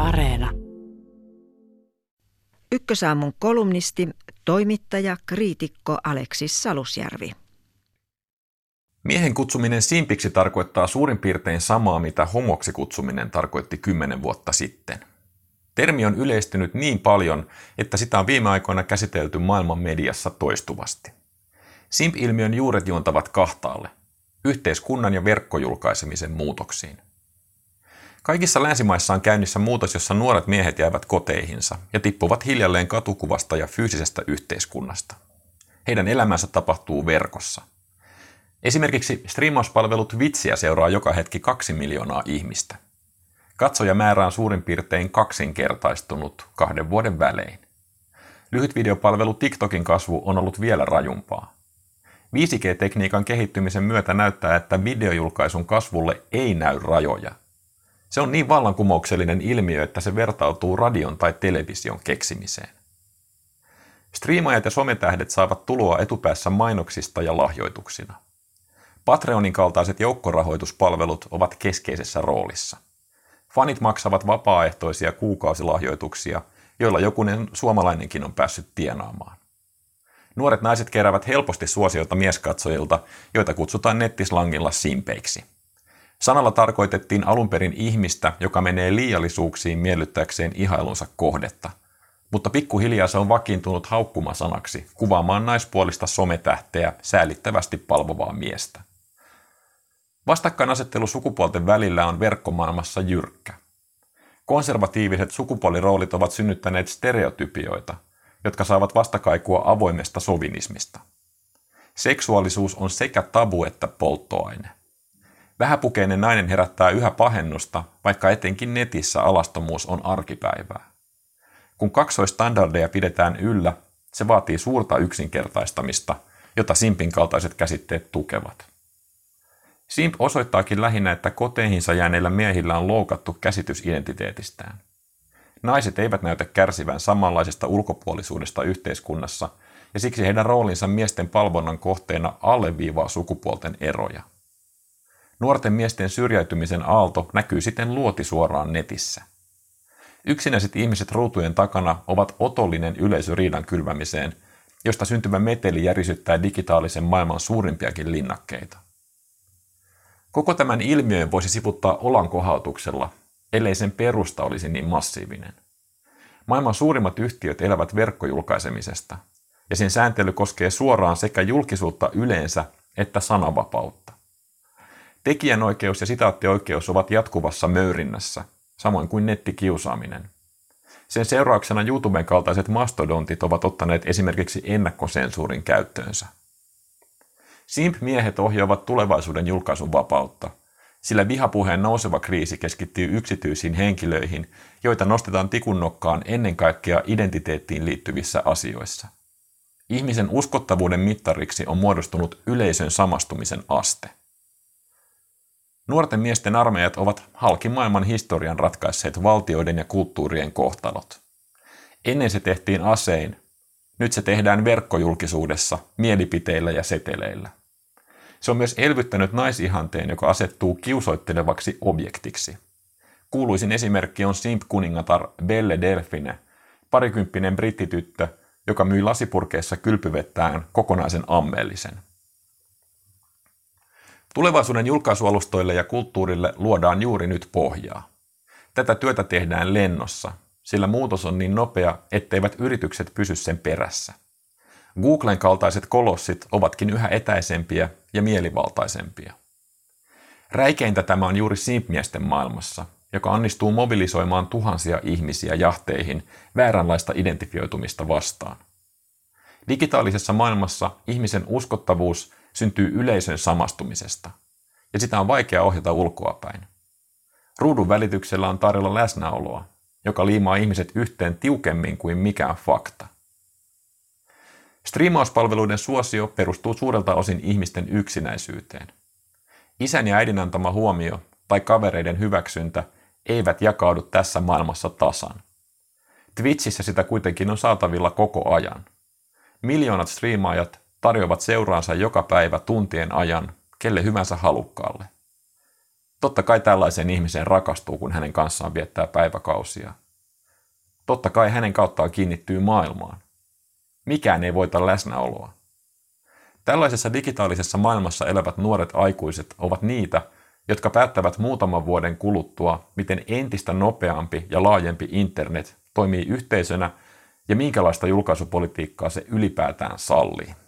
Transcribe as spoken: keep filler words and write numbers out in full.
Areena. Ykkösaamun kolumnisti, toimittaja, kriitikko Aleksis Salusjärvi. Miehen kutsuminen simpiksi tarkoittaa suurin piirtein samaa, mitä homoksi kutsuminen tarkoitti kymmenen vuotta sitten. Termi on yleistynyt niin paljon, että sitä on viime aikoina käsitelty maailman mediassa toistuvasti. Simp-ilmiön juuret juontavat kahtaalle, yhteiskunnan ja verkkojulkaisemisen muutoksiin. Kaikissa länsimaissa on käynnissä muutos, jossa nuoret miehet jäävät koteihinsa ja tippuvat hiljalleen katukuvasta ja fyysisestä yhteiskunnasta. Heidän elämänsä tapahtuu verkossa. Esimerkiksi striimauspalvelut Vitsiä seuraa joka hetki kaksi miljoonaa ihmistä. Katsojamäärä on suurin piirtein kaksinkertaistunut kahden vuoden välein. Lyhytvideopalvelu TikTokin kasvu on ollut vielä rajumpaa. viisi G-tekniikan kehittymisen myötä näyttää, että videojulkaisun kasvulle ei näy rajoja. Se on niin vallankumouksellinen ilmiö, että se vertautuu radion tai television keksimiseen. Striimaajat ja sometähdet saavat tuloa etupäässä mainoksista ja lahjoituksina. Patreonin kaltaiset joukkorahoituspalvelut ovat keskeisessä roolissa. Fanit maksavat vapaaehtoisia kuukausilahjoituksia, joilla jokunen suomalainenkin on päässyt tienaamaan. Nuoret naiset keräävät helposti suosiota mieskatsojilta, joita kutsutaan nettislangilla simpeiksi. Sanalla tarkoitettiin alun perin ihmistä, joka menee liiallisuuksiin miellyttääkseen ihailunsa kohdetta. Mutta pikkuhiljaa se on vakiintunut haukkumasanaksi kuvaamaan naispuolista sometähteä säälittävästi palvovaa miestä. Vastakkainasettelu sukupuolten välillä on verkkomaailmassa jyrkkä. Konservatiiviset sukupuoliroolit ovat synnyttäneet stereotypioita, jotka saavat vastakaikua avoimesta sovinismista. Seksuaalisuus on sekä tabu että polttoaine. Vähäpukeinen nainen herättää yhä pahennusta, vaikka etenkin netissä alastomuus on arkipäivää. Kun kaksoistandardeja pidetään yllä, se vaatii suurta yksinkertaistamista, jota simpin kaltaiset käsitteet tukevat. Simp osoittaakin lähinnä, että koteihinsa jääneillä miehillä on loukattu käsitys identiteetistään. Naiset eivät näytä kärsivän samanlaisesta ulkopuolisuudesta yhteiskunnassa, ja siksi heidän roolinsa miesten palvonnan kohteena alleviivaa sukupuolten eroja. Nuorten miesten syrjäytymisen aalto näkyy siten luotisuoraan netissä. Yksinäiset ihmiset ruutujen takana ovat otollinen yleisö riidan kylvämiseen, josta syntyvä meteli järisyttää digitaalisen maailman suurimpiakin linnakkeita. Koko tämän ilmiön voisi sivuttaa olankohautuksella, ellei sen perusta olisi niin massiivinen. Maailman suurimmat yhtiöt elävät verkkojulkaisemisesta, ja sen sääntely koskee suoraan sekä julkisuutta yleensä että sananvapautta. Tekijänoikeus ja sitaattioikeus ovat jatkuvassa möyrinnässä, samoin kuin nettikiusaaminen. Sen seurauksena YouTuben kaltaiset mastodontit ovat ottaneet esimerkiksi ennakkosensuurin käyttöönsä. Simp-miehet ohjaavat tulevaisuuden julkaisun vapautta, sillä vihapuheen nouseva kriisi keskittyy yksityisiin henkilöihin, joita nostetaan tikunnokkaan ennen kaikkea identiteettiin liittyvissä asioissa. Ihmisen uskottavuuden mittariksi on muodostunut yleisön samastumisen aste. Nuorten miesten armeijat ovat halki maailman historian ratkaisseet valtioiden ja kulttuurien kohtalot. Ennen se tehtiin asein, nyt se tehdään verkkojulkisuudessa, mielipiteillä ja seteleillä. Se on myös elvyttänyt naisihanteen, joka asettuu kiusoittelevaksi objektiksi. Kuuluisin esimerkki on simp-kuningatar Belle Delphine, parikymppinen brittityttö, joka myi lasipurkeissa kylpyvettään kokonaisen ammellisen. Tulevaisuuden julkaisualustoille ja kulttuurille luodaan juuri nyt pohjaa. Tätä työtä tehdään lennossa, sillä muutos on niin nopea, etteivät yritykset pysy sen perässä. Googlen kaltaiset kolossit ovatkin yhä etäisempiä ja mielivaltaisempia. Räikeintä tämä on juuri simp-miesten maailmassa, joka onnistuu mobilisoimaan tuhansia ihmisiä jahteihin vääränlaista identifioitumista vastaan. Digitaalisessa maailmassa ihmisen uskottavuus syntyy yleisön samastumisesta, ja sitä on vaikea ohjata ulkoapäin. Ruudun välityksellä on tarjolla läsnäoloa, joka liimaa ihmiset yhteen tiukemmin kuin mikään fakta. Striimauspalveluiden suosio perustuu suurelta osin ihmisten yksinäisyyteen. Isän ja äidin antama huomio tai kavereiden hyväksyntä eivät jakaudu tässä maailmassa tasan. Twitchissä sitä kuitenkin on saatavilla koko ajan. Miljoonat striimaajat tarjoavat seuraansa joka päivä tuntien ajan kelle hyvänsä halukkaalle. Totta kai tällaiseen ihmiseen rakastuu, kun hänen kanssaan viettää päiväkausia. Totta kai hänen kauttaan kiinnittyy maailmaan. Mikään ei voita läsnäoloa. Tällaisessa digitaalisessa maailmassa elävät nuoret aikuiset ovat niitä, jotka päättävät muutaman vuoden kuluttua, miten entistä nopeampi ja laajempi internet toimii yhteisönä ja minkälaista julkaisupolitiikkaa se ylipäätään sallii.